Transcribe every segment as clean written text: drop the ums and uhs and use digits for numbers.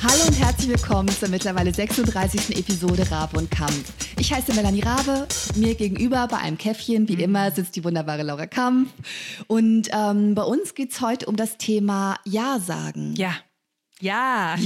Hallo und herzlich willkommen zur mittlerweile 36. Episode Rabe und Kampf. Ich heiße Melanie Rabe, mir gegenüber bei einem Käffchen, wie immer, sitzt die wunderbare Laura Kampf. Und bei uns geht es heute um das Thema Ja sagen. Ja,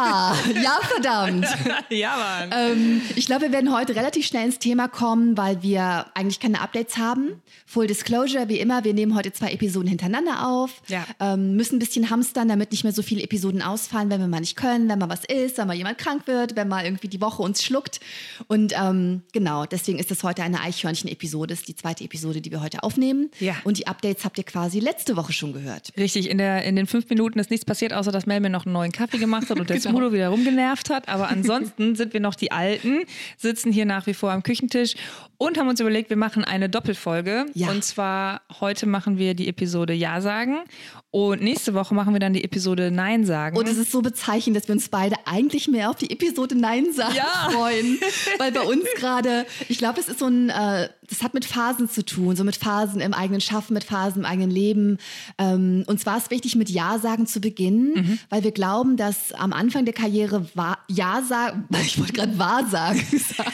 verdammt. Ja, Mann. Ich glaube, wir werden heute relativ schnell ins Thema kommen, weil wir eigentlich keine Updates haben. Full Disclosure, wie immer, wir nehmen heute 2 Episoden hintereinander auf. Ja. Müssen ein bisschen hamstern, damit nicht mehr so viele Episoden ausfallen, wenn wir mal nicht können, wenn mal was ist, wenn mal jemand krank wird, wenn mal irgendwie die Woche uns schluckt. Und genau, deswegen ist das heute eine Eichhörnchen-Episode. Das ist die 2. Episode, die wir heute aufnehmen. Ja. Und die Updates habt ihr quasi letzte Woche schon gehört. Richtig, in den 5 Minuten ist nichts passiert, außer dass Mel mir noch einen neuen Kaffee gemacht hat und der Smudo wieder rumgenervt hat. Aber ansonsten sind wir noch die Alten, sitzen hier nach wie vor am Küchentisch und haben uns überlegt, wir machen eine Doppelfolge. Ja. Und zwar heute machen wir die Episode Ja sagen und nächste Woche machen wir dann die Episode Nein sagen. Und es ist so bezeichnend, dass wir uns beide eigentlich mehr auf die Episode Nein sagen freuen. Weil bei uns gerade, ich glaube, es ist so ein, das hat mit Phasen zu tun, so mit Phasen im eigenen Schaffen, mit Phasen im eigenen Leben. Und zwar ist es wichtig, mit Ja sagen zu beginnen, weil wir glauben, dass am Anfang der Karriere Ja sagen, ich wollte gerade Wahrsagen sagen.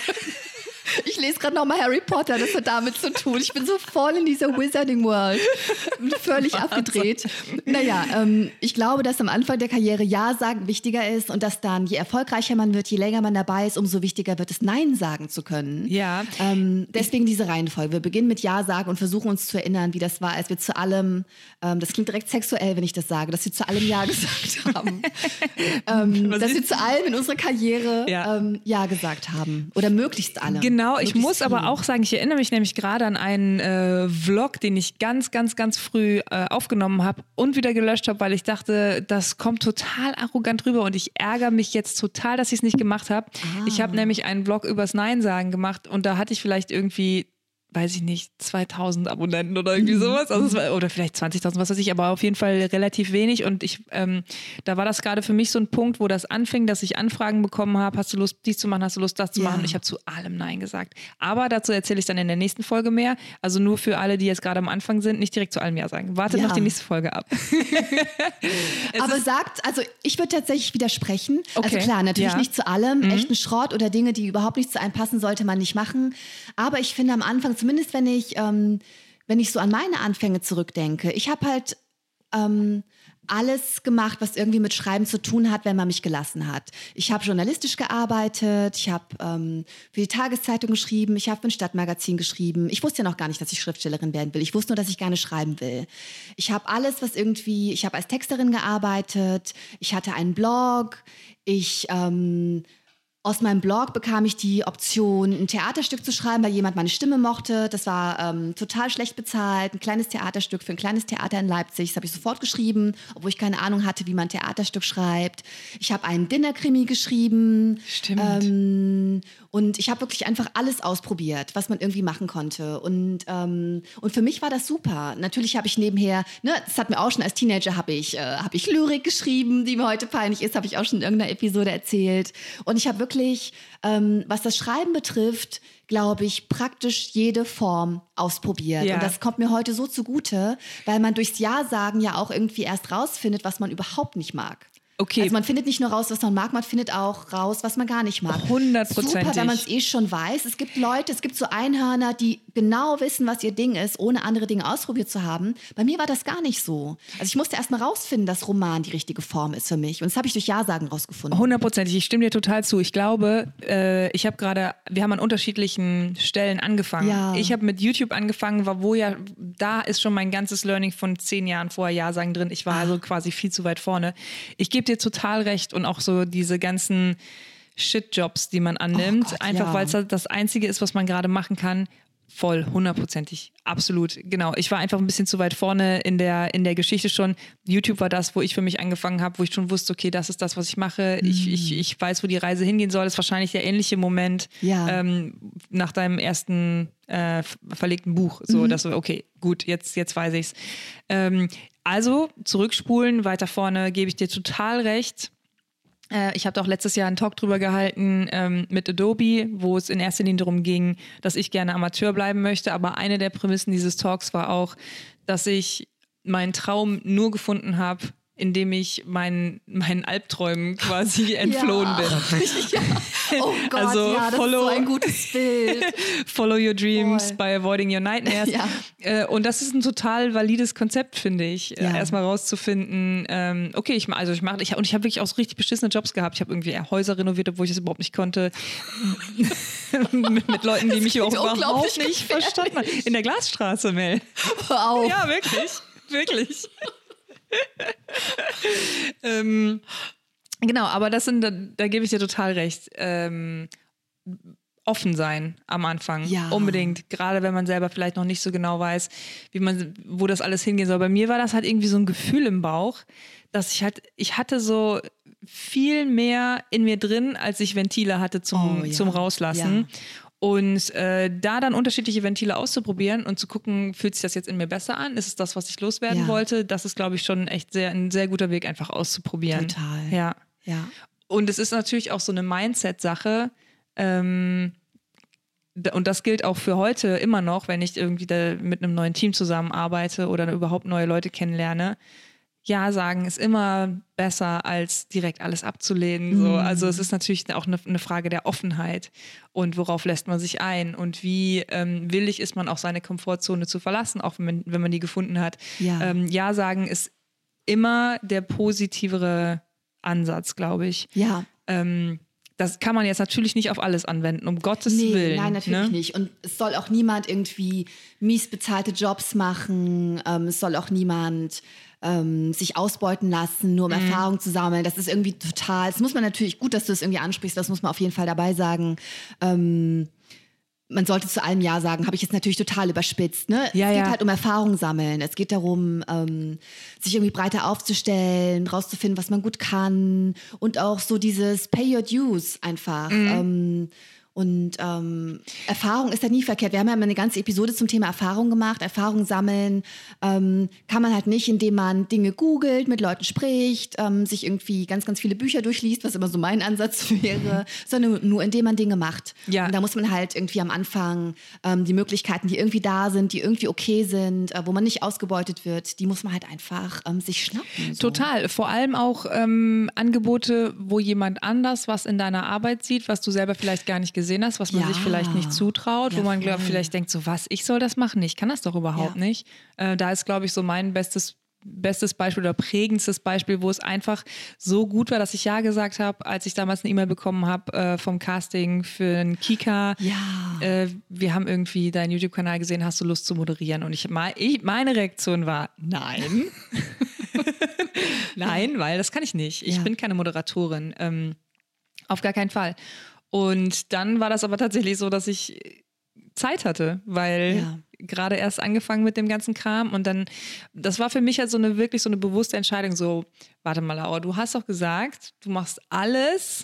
Ich lese gerade nochmal Harry Potter, das hat damit zu tun. Ich bin so voll in dieser Wizarding World. Völlig abgedreht. Naja, ich glaube, dass am Anfang der Karriere Ja sagen wichtiger ist und dass dann, je erfolgreicher man wird, je länger man dabei ist, umso wichtiger wird es, Nein sagen zu können. Ja. Deswegen diese Reihenfolge. Wir beginnen mit Ja sagen und versuchen uns zu erinnern, wie das war, als wir zu allem, das klingt direkt sexuell, wenn ich das sage, dass wir zu allem Ja gesagt haben. Dass wir zu allem in unserer Karriere Ja gesagt haben. Oder möglichst allem. Genau, ich muss aber auch sagen, ich erinnere mich nämlich gerade an einen Vlog, den ich ganz früh aufgenommen habe und wieder gelöscht habe, weil ich dachte, das kommt total arrogant rüber und ich ärgere mich jetzt total, dass ich es nicht gemacht habe. Ich habe nämlich einen Vlog übers Nein sagen gemacht und da hatte ich vielleicht irgendwie, weiß ich nicht, 2000 Abonnenten oder irgendwie sowas. Also es war, oder vielleicht 20.000, was weiß ich, aber auf jeden Fall relativ wenig. Und da war das gerade für mich so ein Punkt, wo das anfing, dass ich Anfragen bekommen habe, hast du Lust, dies zu machen, hast du Lust, das zu machen? Und ich habe zu allem Nein gesagt. Aber dazu erzähle ich dann in der nächsten Folge mehr. Also nur für alle, die jetzt gerade am Anfang sind, nicht direkt zu allem Ja sagen. Wartet noch die nächste Folge ab. Aber ich würde tatsächlich widersprechen. Okay. Also klar, natürlich nicht zu allem. Echten Schrott oder Dinge, die überhaupt nicht zu einem passen, sollte man nicht machen. Aber ich finde am Anfang, zumindest wenn ich so an meine Anfänge zurückdenke, ich habe halt alles gemacht, was irgendwie mit Schreiben zu tun hat, wenn man mich gelassen hat. Ich habe journalistisch gearbeitet, ich habe für die Tageszeitung geschrieben, ich habe für ein Stadtmagazin geschrieben. Ich wusste ja noch gar nicht, dass ich Schriftstellerin werden will. Ich wusste nur, dass ich gerne schreiben will. Ich habe alles, ich habe als Texterin gearbeitet, ich hatte einen Blog, aus meinem Blog bekam ich die Option, ein Theaterstück zu schreiben, weil jemand meine Stimme mochte. Das war total schlecht bezahlt. Ein kleines Theaterstück für ein kleines Theater in Leipzig. Das habe ich sofort geschrieben, obwohl ich keine Ahnung hatte, wie man ein Theaterstück schreibt. Ich habe einen Dinnerkrimi geschrieben. Stimmt. Und ich habe wirklich einfach alles ausprobiert, was man irgendwie machen konnte. Und für mich war das super. Natürlich habe ich nebenher, das hat mir auch schon als Teenager, habe ich Lyrik geschrieben, die mir heute peinlich ist, habe ich auch schon in irgendeiner Episode erzählt. Und ich habe wirklich, was das Schreiben betrifft, glaube ich, praktisch jede Form ausprobiert. Ja. Und das kommt mir heute so zugute, weil man durchs Ja sagen ja auch irgendwie erst rausfindet, was man überhaupt nicht mag. Okay. Also man findet nicht nur raus, was man mag, man findet auch raus, was man gar nicht mag. 100%. Super, wenn man es schon weiß. Es gibt Leute, es gibt so Einhörner, die genau wissen, was ihr Ding ist, ohne andere Dinge ausprobiert zu haben. Bei mir war das gar nicht so. Also ich musste erst mal rausfinden, dass Roman die richtige Form ist für mich. Und das habe ich durch Ja-Sagen rausgefunden. 100%. Ich stimme dir total zu. Ich glaube, wir haben an unterschiedlichen Stellen angefangen. Ja. Ich habe mit YouTube angefangen, da ist schon mein ganzes Learning von 10 Jahren vorher Ja-Sagen drin. Ich war also quasi viel zu weit vorne. Ich gebe dir total recht und auch so diese ganzen Shit-Jobs, die man annimmt, weil es das Einzige ist, was man gerade machen kann. Voll, 100%ig, absolut, genau. Ich war einfach ein bisschen zu weit vorne in der Geschichte schon. YouTube war das, wo ich für mich angefangen habe, wo ich schon wusste, okay, das ist das, was ich mache. Ich weiß, wo die Reise hingehen soll. Das ist wahrscheinlich der ähnliche Moment nach deinem ersten verlegten Buch. So, dass du, okay, gut, jetzt weiß ich's. Also zurückspulen, weiter vorne, gebe ich dir total recht. Ich habe auch letztes Jahr einen Talk drüber gehalten mit Adobe, wo es in erster Linie darum ging, dass ich gerne Amateur bleiben möchte. Aber eine der Prämissen dieses Talks war auch, dass ich meinen Traum nur gefunden habe, indem ich meinen Albträumen quasi entflohen bin. Ja. Oh Gott, also das ist so ein gutes Bild. Follow your dreams by avoiding your nightmares. Ja. Und das ist ein total valides Konzept, finde ich. Erstmal rauszufinden, okay, ich habe wirklich auch so richtig beschissene Jobs gehabt. Ich habe irgendwie Häuser renoviert, obwohl ich das überhaupt nicht konnte. mit Leuten, die mich überhaupt nicht verstanden haben. In der Glasstraße, Mel. Wow. Ja, wirklich. Genau, aber da gebe ich dir total recht. Offen sein am Anfang. Ja. Unbedingt. Gerade wenn man selber vielleicht noch nicht so genau weiß, wo das alles hingehen soll. Bei mir war das halt irgendwie so ein Gefühl im Bauch, dass ich hatte so viel mehr in mir drin, als ich Ventile hatte zum Rauslassen. Ja. Und da dann unterschiedliche Ventile auszuprobieren und zu gucken, fühlt sich das jetzt in mir besser an? Ist es das, was ich loswerden wollte? Das ist, glaube ich, schon echt ein sehr guter Weg, einfach auszuprobieren. Total. Ja. Und es ist natürlich auch so eine Mindset-Sache. Und das gilt auch für heute immer noch, wenn ich irgendwie da mit einem neuen Team zusammenarbeite oder überhaupt neue Leute kennenlerne. Ja sagen ist immer besser, als direkt alles abzulehnen. So. Also es ist natürlich auch eine Frage der Offenheit und worauf lässt man sich ein und wie willig ist man auch seine Komfortzone zu verlassen, auch wenn man die gefunden hat. Ja sagen ist immer der positivere Ansatz, glaube ich. Ja. Das kann man jetzt natürlich nicht auf alles anwenden, um Gottes Willen. Nein, natürlich nicht. Und es soll auch niemand irgendwie mies bezahlte Jobs machen. Es soll auch niemand sich ausbeuten lassen, nur um Erfahrung zu sammeln. Das ist irgendwie total, das muss man natürlich, gut, dass du es irgendwie ansprichst, das muss man auf jeden Fall dabei sagen. Man sollte zu allem Ja sagen, habe ich jetzt natürlich total überspitzt. Ne? Ja, es geht halt um Erfahrung sammeln. Es geht darum, sich irgendwie breiter aufzustellen, rauszufinden, was man gut kann und auch so dieses Pay your dues einfach. Erfahrung ist ja nie verkehrt. Wir haben ja immer eine ganze Episode zum Thema Erfahrung gemacht. Erfahrung sammeln kann man halt nicht, indem man Dinge googelt, mit Leuten spricht, sich irgendwie ganz, ganz viele Bücher durchliest, was immer so mein Ansatz wäre, sondern nur indem man Dinge macht. Ja. Und da muss man halt irgendwie am Anfang die Möglichkeiten, die irgendwie da sind, die irgendwie okay sind, wo man nicht ausgebeutet wird, die muss man halt einfach sich schnappen. So. Total. Vor allem auch Angebote, wo jemand anders was in deiner Arbeit sieht, was du selber vielleicht gar nicht gesehen hast, was man sich vielleicht nicht zutraut, wo man vielleicht denkt, so was, ich soll das machen? Ich kann das doch überhaupt nicht. Da ist, glaube ich, so mein bestes Beispiel oder prägendstes Beispiel, wo es einfach so gut war, dass ich Ja gesagt habe, als ich damals eine E-Mail bekommen habe vom Casting für einen Kika. Ja. Wir haben irgendwie deinen YouTube-Kanal gesehen, hast du Lust zu moderieren? Und meine Reaktion war, nein. Nein, weil das kann ich nicht. Ich bin keine Moderatorin. Auf gar keinen Fall. Und dann war das aber tatsächlich so, dass ich Zeit hatte, weil gerade erst angefangen mit dem ganzen Kram und dann, das war für mich halt wirklich so eine bewusste Entscheidung, so, warte mal, Laura, du hast doch gesagt, du machst alles,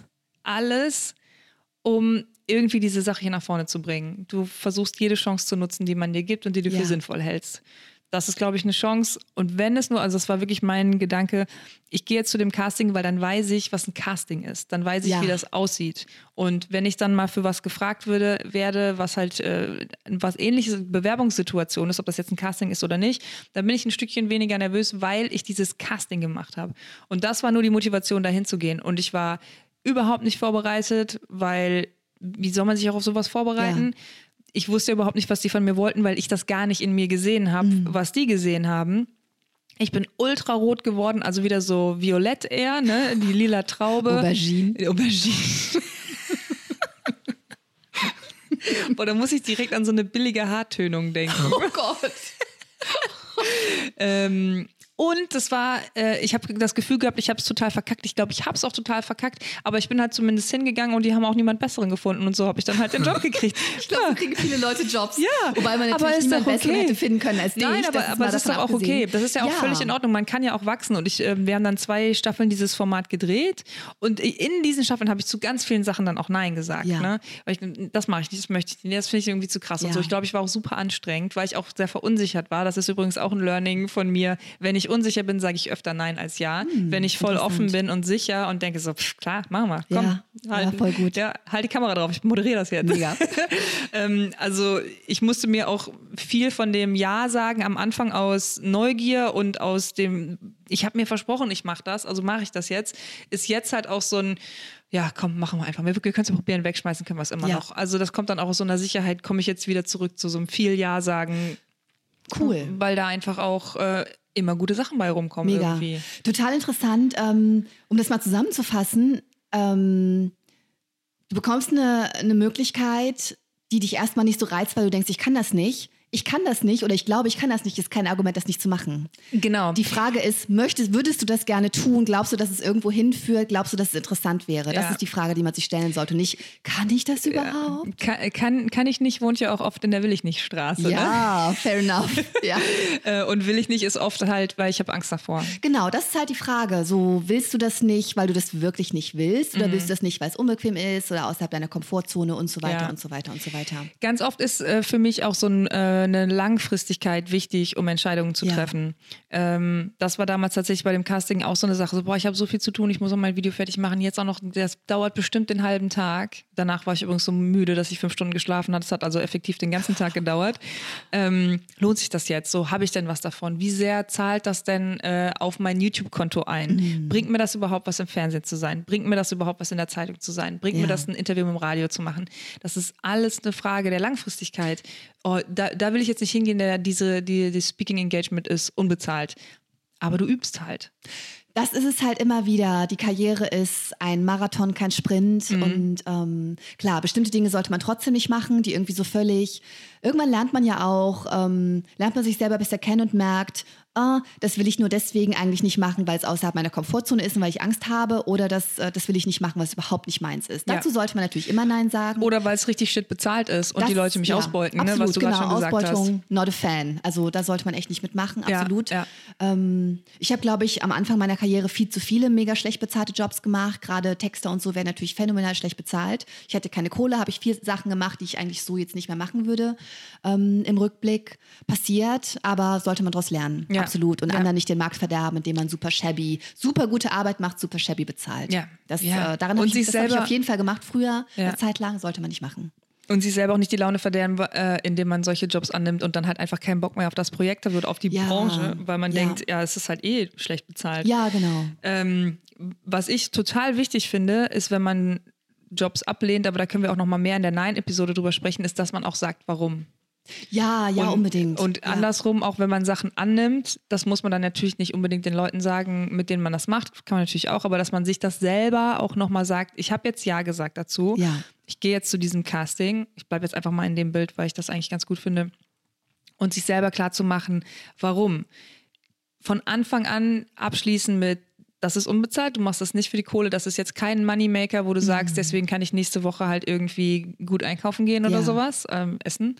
um irgendwie diese Sache hier nach vorne zu bringen. Du versuchst jede Chance zu nutzen, die man dir gibt und die du für sinnvoll hältst. Das ist, glaube ich, eine Chance. Und wenn es nur, also das war wirklich mein Gedanke, ich gehe jetzt zu dem Casting, weil dann weiß ich, was ein Casting ist. Dann weiß ich, wie das aussieht. Und wenn ich dann mal für was gefragt werde, was halt was ähnliches Bewerbungssituation ist, ob das jetzt ein Casting ist oder nicht, dann bin ich ein Stückchen weniger nervös, weil ich dieses Casting gemacht habe. Und das war nur die Motivation, dahin zu gehen. Und ich war überhaupt nicht vorbereitet, weil wie soll man sich auch auf sowas vorbereiten? Ja. Ich wusste überhaupt nicht, was die von mir wollten, weil ich das gar nicht in mir gesehen habe, was die gesehen haben. Ich bin ultrarot geworden, also wieder so violett eher, ne? Die lila Traube. Aubergine. Boah, da muss ich direkt an so eine billige Haartönung denken. Oh Gott. Und das war, ich habe das Gefühl gehabt, ich habe es total verkackt. Ich glaube, ich habe es auch total verkackt, aber ich bin halt zumindest hingegangen und die haben auch niemand Besseren gefunden und so habe ich dann halt den Job gekriegt. Ich glaube, so kriegen viele Leute Jobs. Ja, wobei man natürlich niemand Besseren hätte finden können als dich. Nein, aber das ist doch auch okay. Das ist ja auch völlig in Ordnung. Man kann ja auch wachsen und wir haben dann 2 Staffeln dieses Format gedreht und in diesen Staffeln habe ich zu ganz vielen Sachen dann auch Nein gesagt. Ja. Ne? Weil das mache ich nicht, das möchte ich nicht, das finde ich irgendwie zu krass und so. Ich glaube, ich war auch super anstrengend, weil ich auch sehr verunsichert war. Das ist übrigens auch ein Learning von mir, wenn ich ich unsicher bin, sage ich öfter Nein als Ja. Wenn ich voll offen bin und sicher und denke so, klar, machen wir, komm. Ja, voll gut. Ja, halt die Kamera drauf, ich moderiere das jetzt. Mega. Also ich musste mir auch viel von dem Ja sagen am Anfang aus Neugier und aus dem, ich habe mir versprochen, ich mache das, also mache ich das jetzt, ist jetzt halt auch so ein, ja, komm, machen wir einfach. Wir können es probieren, wegschmeißen können wir es immer noch. Also das kommt dann auch aus so einer Sicherheit, komme ich jetzt wieder zurück zu so einem viel Ja sagen. Cool. Weil da einfach auch immer gute Sachen bei rumkommen. Mega. Irgendwie. Total interessant, um das mal zusammenzufassen. Du bekommst eine Möglichkeit, die dich erstmal nicht so reizt, weil du denkst, ich kann das nicht oder ich glaube, ich kann das nicht, ist kein Argument, das nicht zu machen. Genau. Die Frage ist, würdest du das gerne tun? Glaubst du, dass es irgendwo hinführt? Glaubst du, dass es interessant wäre? Das ist die Frage, die man sich stellen sollte. Nicht, kann ich das überhaupt? Kann ich nicht, wohnt ja auch oft in der Will-ich-nicht-Straße. Ja, ne? Fair enough. Ja. Und will ich nicht ist oft halt, weil ich habe Angst davor. Genau, das ist halt die Frage. So, willst du das nicht, weil du das wirklich nicht willst? Oder willst du das nicht, weil es unbequem ist oder außerhalb deiner Komfortzone und so weiter und so weiter und so weiter? Ganz oft ist für mich auch so eine Langfristigkeit wichtig, um Entscheidungen zu treffen. Das war damals tatsächlich bei dem Casting auch so eine Sache. So, ich habe so viel zu tun, ich muss noch mein Video fertig machen. Jetzt auch noch, das dauert bestimmt den halben Tag. Danach war ich übrigens so müde, dass ich 5 Stunden geschlafen habe. Das hat also effektiv den ganzen Tag gedauert. Lohnt sich das jetzt? So, habe ich denn was davon? Wie sehr zahlt das denn auf mein YouTube-Konto ein? Bringt mir das überhaupt was im Fernsehen zu sein? Bringt mir das überhaupt was in der Zeitung zu sein? Bringt mir das ein Interview im Radio zu machen? Das ist alles eine Frage der Langfristigkeit. Oh, da will ich jetzt nicht hingehen, die Speaking Engagement ist unbezahlt. Aber du übst halt. Das ist es halt immer wieder. Die Karriere ist ein Marathon, kein Sprint. Und klar, bestimmte Dinge sollte man trotzdem nicht machen, die irgendwie so völlig... Irgendwann lernt man ja auch, lernt man sich selber besser kennen und merkt, das will ich nur deswegen eigentlich nicht machen, weil es außerhalb meiner Komfortzone ist und weil ich Angst habe, oder das will ich nicht machen, weil es überhaupt nicht meins ist. Dazu sollte man natürlich immer Nein sagen. Oder weil es richtig shit bezahlt ist und die Leute mich ausbeuten, absolut, ne, was du gerade schon gesagt Ausbeutung, hast. Not a fan. Also da sollte man echt nicht mitmachen, absolut. Ja. Ich habe, glaube ich, am Anfang meiner Karriere viel zu viele mega schlecht bezahlte Jobs gemacht. Gerade Texter und so werden natürlich phänomenal schlecht bezahlt. Ich hatte keine Kohle, habe ich viel Sachen gemacht, die ich eigentlich so jetzt nicht mehr machen würde. Im Rückblick passiert, aber sollte man daraus lernen, absolut. Und anderen nicht den Markt verderben, indem man super gute Arbeit macht, super shabby bezahlt. Ja. Daran habe ich auf jeden Fall gemacht früher, eine Zeit lang, sollte man nicht machen. Und sich selber auch nicht die Laune verderben, indem man solche Jobs annimmt und dann halt einfach keinen Bock mehr auf das Projekt hat oder auf die Branche, weil man denkt, es ist halt schlecht bezahlt. Ja, genau. Was ich total wichtig finde, ist, wenn man Jobs ablehnt, aber da können wir auch noch mal mehr in der Nein-Episode drüber sprechen, ist, dass man auch sagt, warum. Ja, unbedingt. Und andersrum, auch wenn man Sachen annimmt, das muss man dann natürlich nicht unbedingt den Leuten sagen, mit denen man das macht, kann man natürlich auch, aber dass man sich das selber auch nochmal sagt, ich habe jetzt Ja gesagt dazu, ich gehe jetzt zu diesem Casting, ich bleibe jetzt einfach mal in dem Bild, weil ich das eigentlich ganz gut finde, und sich selber klar zu machen, warum. Von Anfang an abschließen mit, das ist unbezahlt, du machst das nicht für die Kohle, das ist jetzt kein Moneymaker, wo du sagst, deswegen kann ich nächste Woche halt irgendwie gut einkaufen gehen oder sowas, essen.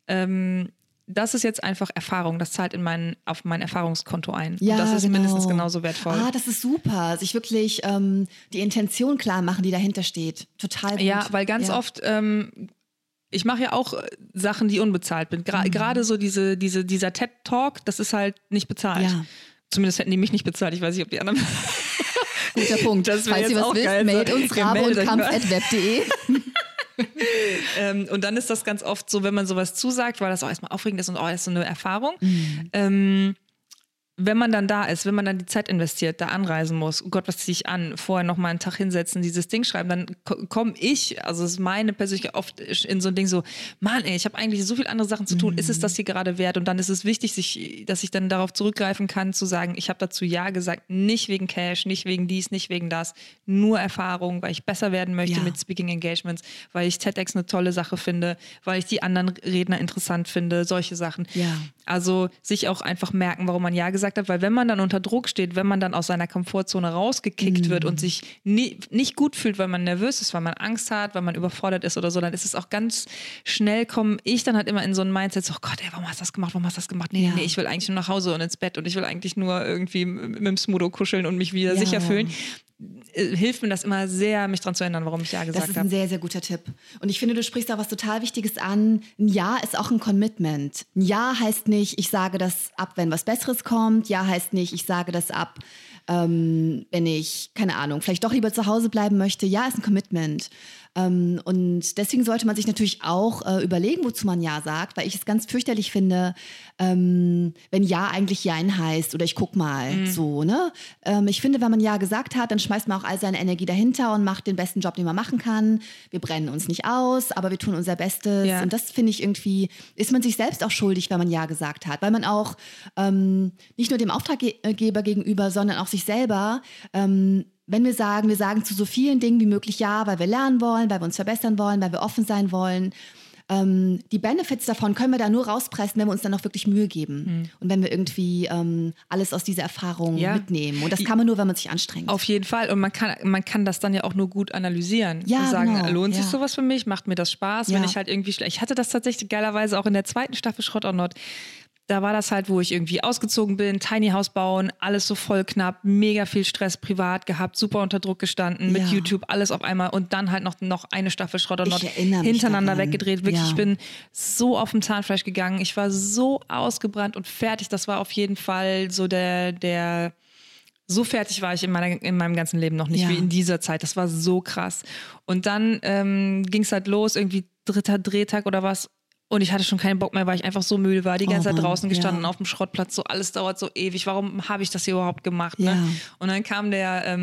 Das ist jetzt einfach Erfahrung, das zahlt auf mein Erfahrungskonto ein. Ja, und das ist mindestens genauso wertvoll. Das ist super. Sich wirklich die Intention klar machen, die dahinter steht. Total gut. Ja, weil ganz oft, ich mache ja auch Sachen, die unbezahlt sind. Gerade so dieser TED-Talk, das ist halt nicht bezahlt. Ja. Zumindest hätten die mich nicht bezahlt. Ich weiß nicht, ob die anderen... Guter Punkt. Das Falls ihr was wisst, mailt uns rabe-und-kampf@web.de. Und dann ist das ganz oft so, wenn man sowas zusagt, weil das auch erstmal aufregend ist und ist so eine Erfahrung. Wenn man dann da ist, wenn man dann die Zeit investiert, da anreisen muss, oh Gott, was ziehe ich an, vorher noch mal einen Tag hinsetzen, dieses Ding schreiben, dann komme ich, also es ist meine persönliche, oft in so ein Ding so, Mann ey, ich habe eigentlich so viele andere Sachen zu tun, ist es das hier gerade wert? Und dann ist es wichtig, dass ich dann darauf zurückgreifen kann, zu sagen, ich habe dazu Ja gesagt, nicht wegen Cash, nicht wegen dies, nicht wegen das, nur Erfahrung, weil ich besser werden möchte mit Speaking Engagements, weil ich TEDx eine tolle Sache finde, weil ich die anderen Redner interessant finde, solche Sachen. Ja. Also sich auch einfach merken, warum man Ja gesagt hat, weil wenn man dann unter Druck steht, wenn man dann aus seiner Komfortzone rausgekickt wird und sich nicht gut fühlt, weil man nervös ist, weil man Angst hat, weil man überfordert ist oder so, dann ist es auch ganz schnell komme ich dann halt immer in so ein Mindset, so, oh Gott, ey, warum hast du das gemacht? Nee, ich will eigentlich nur nach Hause und ins Bett und ich will eigentlich nur irgendwie mit dem Smudo kuscheln und mich wieder sicher fühlen. hilft mir das immer sehr, mich daran zu erinnern, warum ich Ja gesagt habe. Das ist ein sehr, sehr guter Tipp. Und ich finde, du sprichst auch was total Wichtiges an. Ein Ja ist auch ein Commitment. Ein Ja heißt nicht, ich sage das ab, wenn was Besseres kommt. Ja heißt nicht, ich sage das ab, wenn ich, keine Ahnung, vielleicht doch lieber zu Hause bleiben möchte. Ja ist ein Commitment. Und deswegen sollte man sich natürlich auch überlegen, wozu man Ja sagt, weil ich es ganz fürchterlich finde, wenn Ja eigentlich Jein heißt oder ich guck mal so, ne? Ich finde, wenn man Ja gesagt hat, dann schmeißt man auch all seine Energie dahinter und macht den besten Job, den man machen kann. Wir brennen uns nicht aus, aber wir tun unser Bestes. Ja. Und das finde ich irgendwie, ist man sich selbst auch schuldig, wenn man Ja gesagt hat, weil man auch nicht nur dem Auftraggeber gegenüber, sondern auch sich selber wenn wir sagen zu so vielen Dingen wie möglich Ja, weil wir lernen wollen, weil wir uns verbessern wollen, weil wir offen sein wollen. Die Benefits davon können wir da nur rauspressen, wenn wir uns dann auch wirklich Mühe geben. Und wenn wir irgendwie alles aus dieser Erfahrung mitnehmen. Und das kann man nur, wenn man sich anstrengt. Auf jeden Fall. Und man kann das dann ja auch nur gut analysieren. Ja, und sagen, genau. Lohnt sich sowas für mich? Macht mir das Spaß? Wenn ich halt irgendwie ich hatte das tatsächlich geilerweise auch in der 2. Staffel Schrott or Not. Da war das halt, wo ich irgendwie ausgezogen bin, Tiny House bauen, alles so voll knapp, mega viel Stress privat gehabt, super unter Druck gestanden, mit YouTube, alles auf einmal und dann halt noch eine Staffel Schrott or Not hintereinander weggedreht. Wirklich, ich bin so auf dem Zahnfleisch gegangen. Ich war so ausgebrannt und fertig. Das war auf jeden Fall so so fertig war ich in meinem ganzen Leben noch nicht wie in dieser Zeit. Das war so krass. Und dann ging es halt los, irgendwie 3. Drehtag oder was. Und ich hatte schon keinen Bock mehr, weil ich einfach so müde war. Die ganze Zeit draußen gestanden auf dem Schrottplatz. So alles dauert so ewig. Warum habe ich das hier überhaupt gemacht? Ne? Ja. Und dann kam der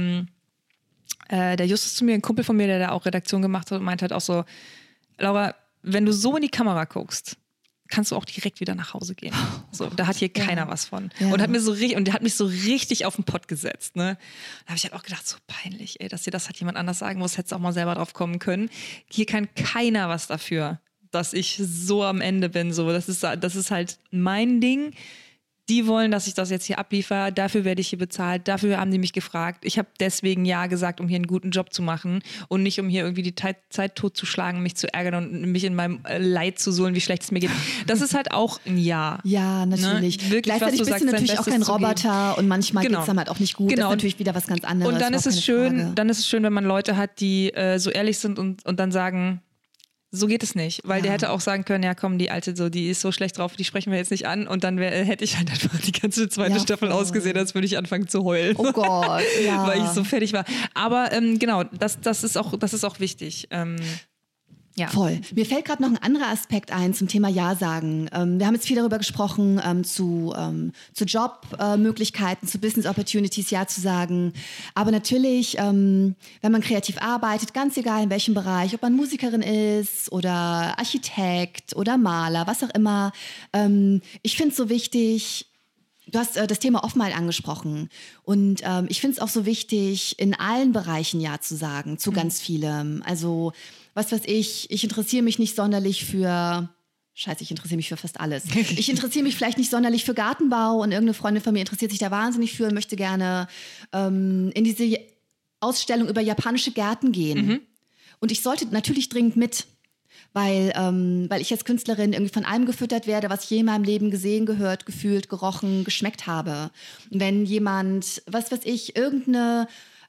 Justus zu mir, ein Kumpel von mir, der da auch Redaktion gemacht hat und meinte halt auch so, Laura, wenn du so in die Kamera guckst, kannst du auch direkt wieder nach Hause gehen. So, da hat hier keiner was von. Ja. Und der hat mich so richtig auf den Pott gesetzt. Ne? Da habe ich halt auch gedacht, so peinlich, ey, dass dir das hat jemand anders sagen muss, hättest du auch mal selber drauf kommen können. Hier kann keiner was dafür, dass ich so am Ende bin. So, das ist halt mein Ding. Die wollen, dass ich das jetzt hier abliefere. Dafür werde ich hier bezahlt. Dafür haben die mich gefragt. Ich habe deswegen Ja gesagt, um hier einen guten Job zu machen und nicht, um hier irgendwie die Zeit totzuschlagen, mich zu ärgern und mich in meinem Leid zu suhlen, wie schlecht es mir geht. Das ist halt auch ein Ja. Ja, natürlich. Ne? Wirklich, gleichzeitig bist du natürlich auch kein Roboter und manchmal geht es dann halt auch nicht gut. Das ist natürlich wieder was ganz anderes. Und dann ist es schön, wenn man Leute hat, die so ehrlich sind und dann sagen, so geht es nicht, weil der hätte auch sagen können, ja komm, die Alte, so, die ist so schlecht drauf, die sprechen wir jetzt nicht an und dann hätte ich halt einfach die ganze 2. Staffel ausgesehen, als würde ich anfangen zu heulen. Oh Gott, ja. Weil ich so fertig war. Aber genau, das ist auch wichtig. Ja. Voll. Mir fällt gerade noch ein anderer Aspekt ein zum Thema Ja sagen. Wir haben jetzt viel darüber gesprochen, zu Jobmöglichkeiten, zu Business Opportunities Ja zu sagen. Aber natürlich, wenn man kreativ arbeitet, ganz egal in welchem Bereich, ob man Musikerin ist oder Architekt oder Maler, was auch immer. Ich finde es so wichtig. Du hast das Thema Offenheit angesprochen und ich finde es auch so wichtig, in allen Bereichen Ja zu sagen, zu ganz vielem. Also was weiß ich interessiere mich nicht sonderlich für... Scheiße, ich interessiere mich für fast alles. Ich interessiere mich vielleicht nicht sonderlich für Gartenbau und irgendeine Freundin von mir interessiert sich da wahnsinnig für und möchte gerne in diese Ausstellung über japanische Gärten gehen. Und ich sollte natürlich dringend mit. Weil ich als Künstlerin irgendwie von allem gefüttert werde, was ich je in meinem Leben gesehen, gehört, gefühlt, gerochen, geschmeckt habe. Und wenn jemand, was weiß ich, irgendeine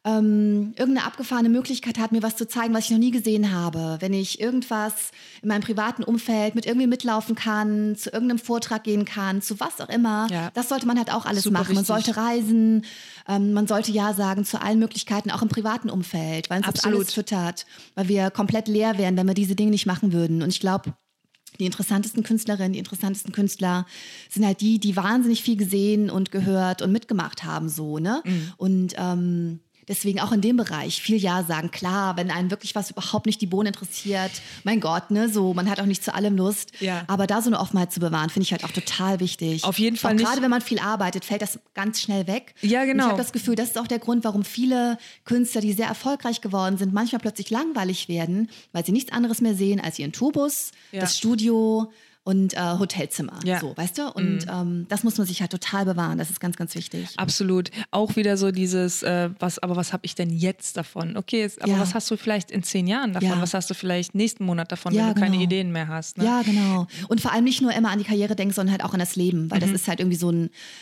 abgefahrene Möglichkeit hat, mir was zu zeigen, was ich noch nie gesehen habe, wenn ich irgendwas in meinem privaten Umfeld mit irgendwie mitlaufen kann, zu irgendeinem Vortrag gehen kann, zu was auch immer, das sollte man halt auch alles machen. Man sollte reisen, man sollte Ja sagen zu allen Möglichkeiten, auch im privaten Umfeld, weil uns das alles füttert, weil wir komplett leer wären, wenn wir diese Dinge nicht machen würden. Und ich glaube, die interessantesten Künstlerinnen, die interessantesten Künstler sind halt die wahnsinnig viel gesehen und gehört und mitgemacht haben, so, ne? Und deswegen auch in dem Bereich viel Ja sagen. Klar, wenn einen wirklich was überhaupt nicht die Bohnen interessiert, mein Gott, ne, so, man hat auch nicht zu allem Lust. Ja. Aber da so eine Offenheit zu bewahren, finde ich halt auch total wichtig. Auf jeden Fall nicht. Gerade wenn man viel arbeitet, fällt das ganz schnell weg. Ja, genau. Und ich habe das Gefühl, das ist auch der Grund, warum viele Künstler, die sehr erfolgreich geworden sind, manchmal plötzlich langweilig werden, weil sie nichts anderes mehr sehen als ihren Tubus, das Studio und Hotelzimmer, so, weißt du? Und das muss man sich halt total bewahren, das ist ganz, ganz wichtig. Absolut. Auch wieder so dieses, was habe ich denn jetzt davon? Okay, aber was hast du vielleicht in 10 Jahren davon? Ja. Was hast du vielleicht nächsten Monat davon, wenn du keine Ideen mehr hast? Ne? Ja, genau. Und vor allem nicht nur immer an die Karriere denken, sondern halt auch an das Leben, weil das ist halt irgendwie so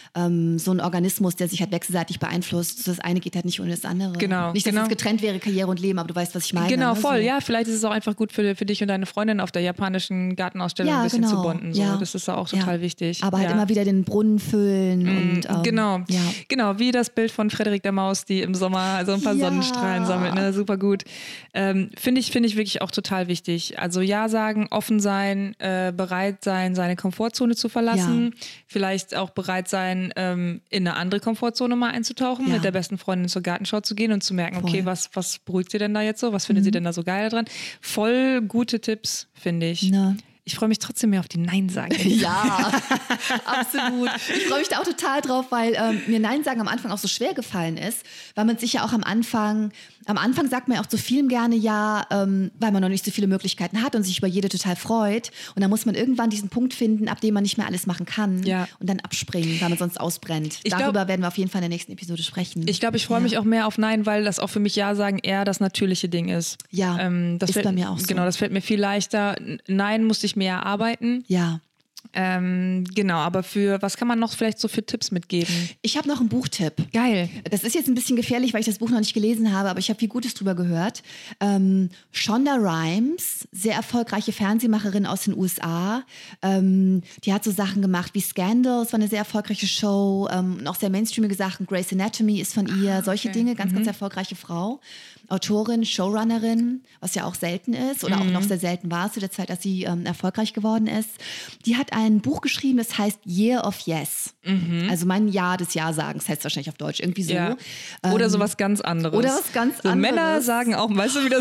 ein Organismus, der sich halt wechselseitig beeinflusst. Das eine geht halt nicht ohne das andere. Genau. Nicht, dass es getrennt wäre, Karriere und Leben, aber du weißt, was ich meine. Genau, voll. So. Ja, vielleicht ist es auch einfach gut für dich und deine Freundin auf der japanischen Gartenausstellung ein bisschen zu bonden. So. Ja. Das ist auch total wichtig. Aber halt immer wieder den Brunnen füllen und genau, wie das Bild von Frederik der Maus, die im Sommer so ein paar Sonnenstrahlen sammelt. Ne? Super gut. Finde ich wirklich auch total wichtig. Also ja sagen, offen sein, bereit sein, seine Komfortzone zu verlassen. Vielleicht auch bereit sein, in eine andere Komfortzone mal einzutauchen, mit der besten Freundin zur Gartenschau zu gehen und zu merken, okay, was beruhigt sie denn da jetzt so? Was findet sie denn da so geil dran? Voll gute Tipps, finde ich. Ne. Ich freue mich trotzdem mehr auf die Nein-Sagen. Ja, absolut. Ich freue mich da auch total drauf, weil mir Nein-Sagen am Anfang auch so schwer gefallen ist, weil man sich ja auch am Anfang sagt man ja auch zu vielem gerne ja, weil man noch nicht so viele Möglichkeiten hat und sich über jede total freut. Und dann muss man irgendwann diesen Punkt finden, ab dem man nicht mehr alles machen kann und dann abspringen, weil man sonst ausbrennt. Darüber werden wir auf jeden Fall in der nächsten Episode sprechen. Ich glaube, ich freue mich auch mehr auf Nein, weil das auch für mich Ja-Sagen eher das natürliche Ding ist. Ja, das ist bei mir auch so. Genau, das fällt mir viel leichter. Nein musste ich mehr arbeiten. Ja. Genau, aber was kann man noch vielleicht so für Tipps mitgeben? Ich habe noch einen Buchtipp. Geil. Das ist jetzt ein bisschen gefährlich, weil ich das Buch noch nicht gelesen habe, aber ich habe viel Gutes drüber gehört. Shonda Rhimes, sehr erfolgreiche Fernsehmacherin aus den USA. Die hat so Sachen gemacht wie Scandal, das war eine sehr erfolgreiche Show. Und auch sehr mainstreamige Sachen. Grey's Anatomy ist von ihr. Solche Dinge, ganz, ganz erfolgreiche Frau. Autorin, Showrunnerin, was ja auch selten ist oder auch noch sehr selten war zu der Zeit, dass sie erfolgreich geworden ist. Die hat ein Buch geschrieben, das heißt Year of Yes. Also mein Jahr des Ja-Sagens, heißt es wahrscheinlich auf Deutsch, irgendwie so. Ja. Oder sowas ganz anderes. Oder was ganz anderes. Männer sagen auch, weißt du, wie das...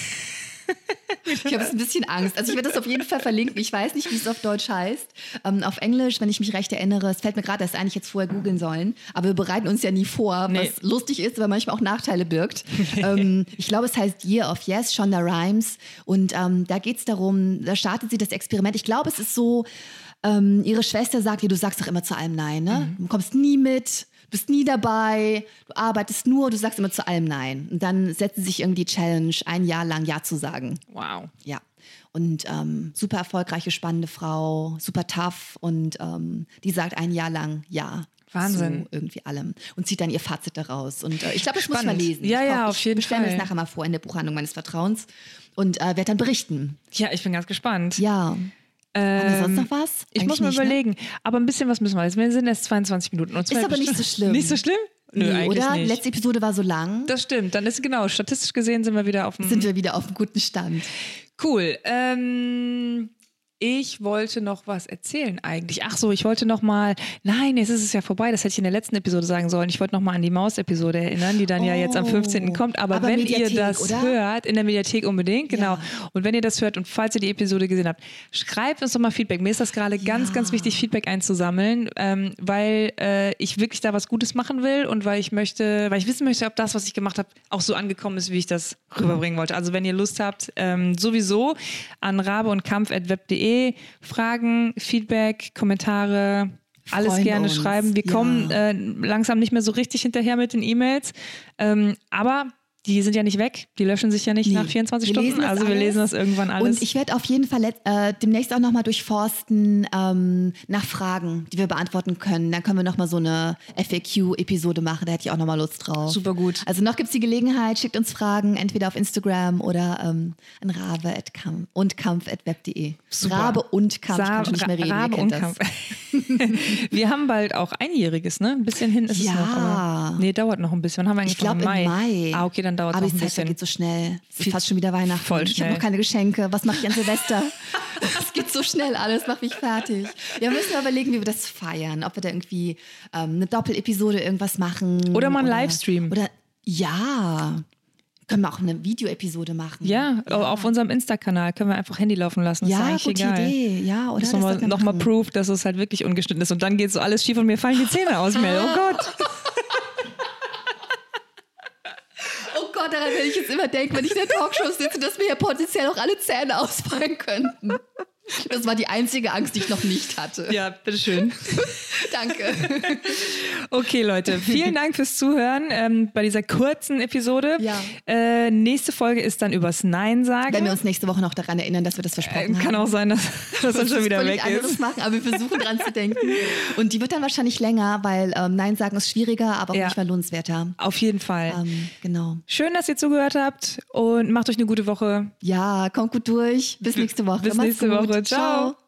Ich habe jetzt ein bisschen Angst. Also ich werde das auf jeden Fall verlinken. Ich weiß nicht, wie es auf Deutsch heißt. Auf Englisch, wenn ich mich recht erinnere, es fällt mir gerade, dass wir eigentlich jetzt vorher googeln sollen. Aber wir bereiten uns ja nie vor, was lustig ist, weil manchmal auch Nachteile birgt. Ich glaube, es heißt Year of Yes, Shonda Rhimes. Und da geht es darum, da startet sie das Experiment. Ich glaube, es ist so, ihre Schwester sagt ihr, du sagst doch immer zu allem Nein. Ne? Du kommst nie mit. Bist nie dabei, du arbeitest nur, du sagst immer zu allem Nein. Und dann setzt sie sich irgendwie die Challenge, ein Jahr lang Ja zu sagen. Wow. Ja. Und super erfolgreiche, spannende Frau, super tough und die sagt ein Jahr lang Ja. Wahnsinn. Zu irgendwie allem. Und zieht dann ihr Fazit daraus. Und ich glaube, das muss ich mal lesen. Ja, auf jeden Fall. Ich bestelle mir das nachher mal vor in der Buchhandlung meines Vertrauens und werde dann berichten. Ja, ich bin ganz gespannt. Ja. Haben wir sonst noch was? Ich muss mir überlegen. Ne? Aber ein bisschen was müssen wir jetzt. Wir sind erst 22 Minuten. Und ist aber nicht so schlimm. Nicht so schlimm? Nö, eigentlich oder? Nicht. Letzte Episode war so lang. Das stimmt. Dann ist genau, statistisch gesehen sind wir wieder auf dem guten Stand. Cool. Ich wollte noch was erzählen eigentlich. Ach so, ich wollte noch mal, nein, jetzt ist es ja vorbei, das hätte ich in der letzten Episode sagen sollen. Ich wollte noch mal an die Maus-Episode erinnern, die dann ja jetzt am 15. kommt. Aber wenn Mediathek, ihr das hört, in der Mediathek unbedingt, genau. Und wenn ihr das hört und falls ihr die Episode gesehen habt, schreibt uns doch mal Feedback. Mir ist das gerade ganz, ganz wichtig, Feedback einzusammeln, weil ich wirklich da was Gutes machen will und weil ich wissen möchte, ob das, was ich gemacht habe, auch so angekommen ist, wie ich das rüberbringen wollte. Also wenn ihr Lust habt, sowieso an rabeundkampf@web.de Fragen, Feedback, Kommentare, alles gerne schreiben. Wir kommen langsam nicht mehr so richtig hinterher mit den E-Mails, aber die sind ja nicht weg, die löschen sich ja nicht nach 24 Stunden, also wir lesen das irgendwann alles. Und ich werde auf jeden Fall demnächst auch nochmal durchforsten nach Fragen, die wir beantworten können. Dann können wir nochmal so eine FAQ-Episode machen, da hätte ich auch nochmal Lust drauf. Super gut. Also noch gibt es die Gelegenheit, schickt uns Fragen, entweder auf Instagram oder an rabe.kampf@web.de. Rabe und Kampf, ich kann schon nicht mehr reden, Rabe und Kampf. Wir haben bald auch Einjähriges, ne? Ein bisschen hin ist es noch. Aber dauert noch ein bisschen. Wann haben wir eigentlich? Ich glaube im Mai. Ah, okay, dann dauert es noch ein bisschen. Aber die Zeit geht so schnell. Es ist fast schon wieder Weihnachten. Voll schnell. Ich habe noch keine Geschenke. Was mache ich an Silvester? Es geht so schnell alles, macht mich fertig. Ja, wir müssen mal überlegen, wie wir das feiern. Ob wir da irgendwie eine Doppelepisode irgendwas machen. Oder mal einen Livestream. Oder können wir auch eine Videoepisode machen. Ja, auf unserem Insta-Kanal können wir einfach Handy laufen lassen. Das ist eigentlich gute egal. Idee. Ja, oder? Nochmal Proof, dass es halt wirklich ungeschnitten ist. Und dann geht so alles schief und mir fallen die Zähne aus, Mel. Oh Gott. Oh Gott, daran werde ich jetzt immer denken, wenn ich in der Talkshow sitze, dass mir ja potenziell auch alle Zähne ausfallen könnten. Das war die einzige Angst, die ich noch nicht hatte. Ja, bitteschön. Danke. Okay, Leute, vielen Dank fürs Zuhören bei dieser kurzen Episode. Ja. Nächste Folge ist dann übers Nein sagen. Wenn wir uns nächste Woche noch daran erinnern, dass wir das versprochen haben. Kann auch sein, dass das schon wieder weg ist. Machen, aber wir versuchen dran zu denken. Und die wird dann wahrscheinlich länger, weil Nein sagen ist schwieriger, aber auch manchmal lohnenswerter. Auf jeden Fall. Genau. Schön, dass ihr zugehört habt und macht euch eine gute Woche. Ja, kommt gut durch. Bis nächste Woche. Bis nächste Woche. Ciao.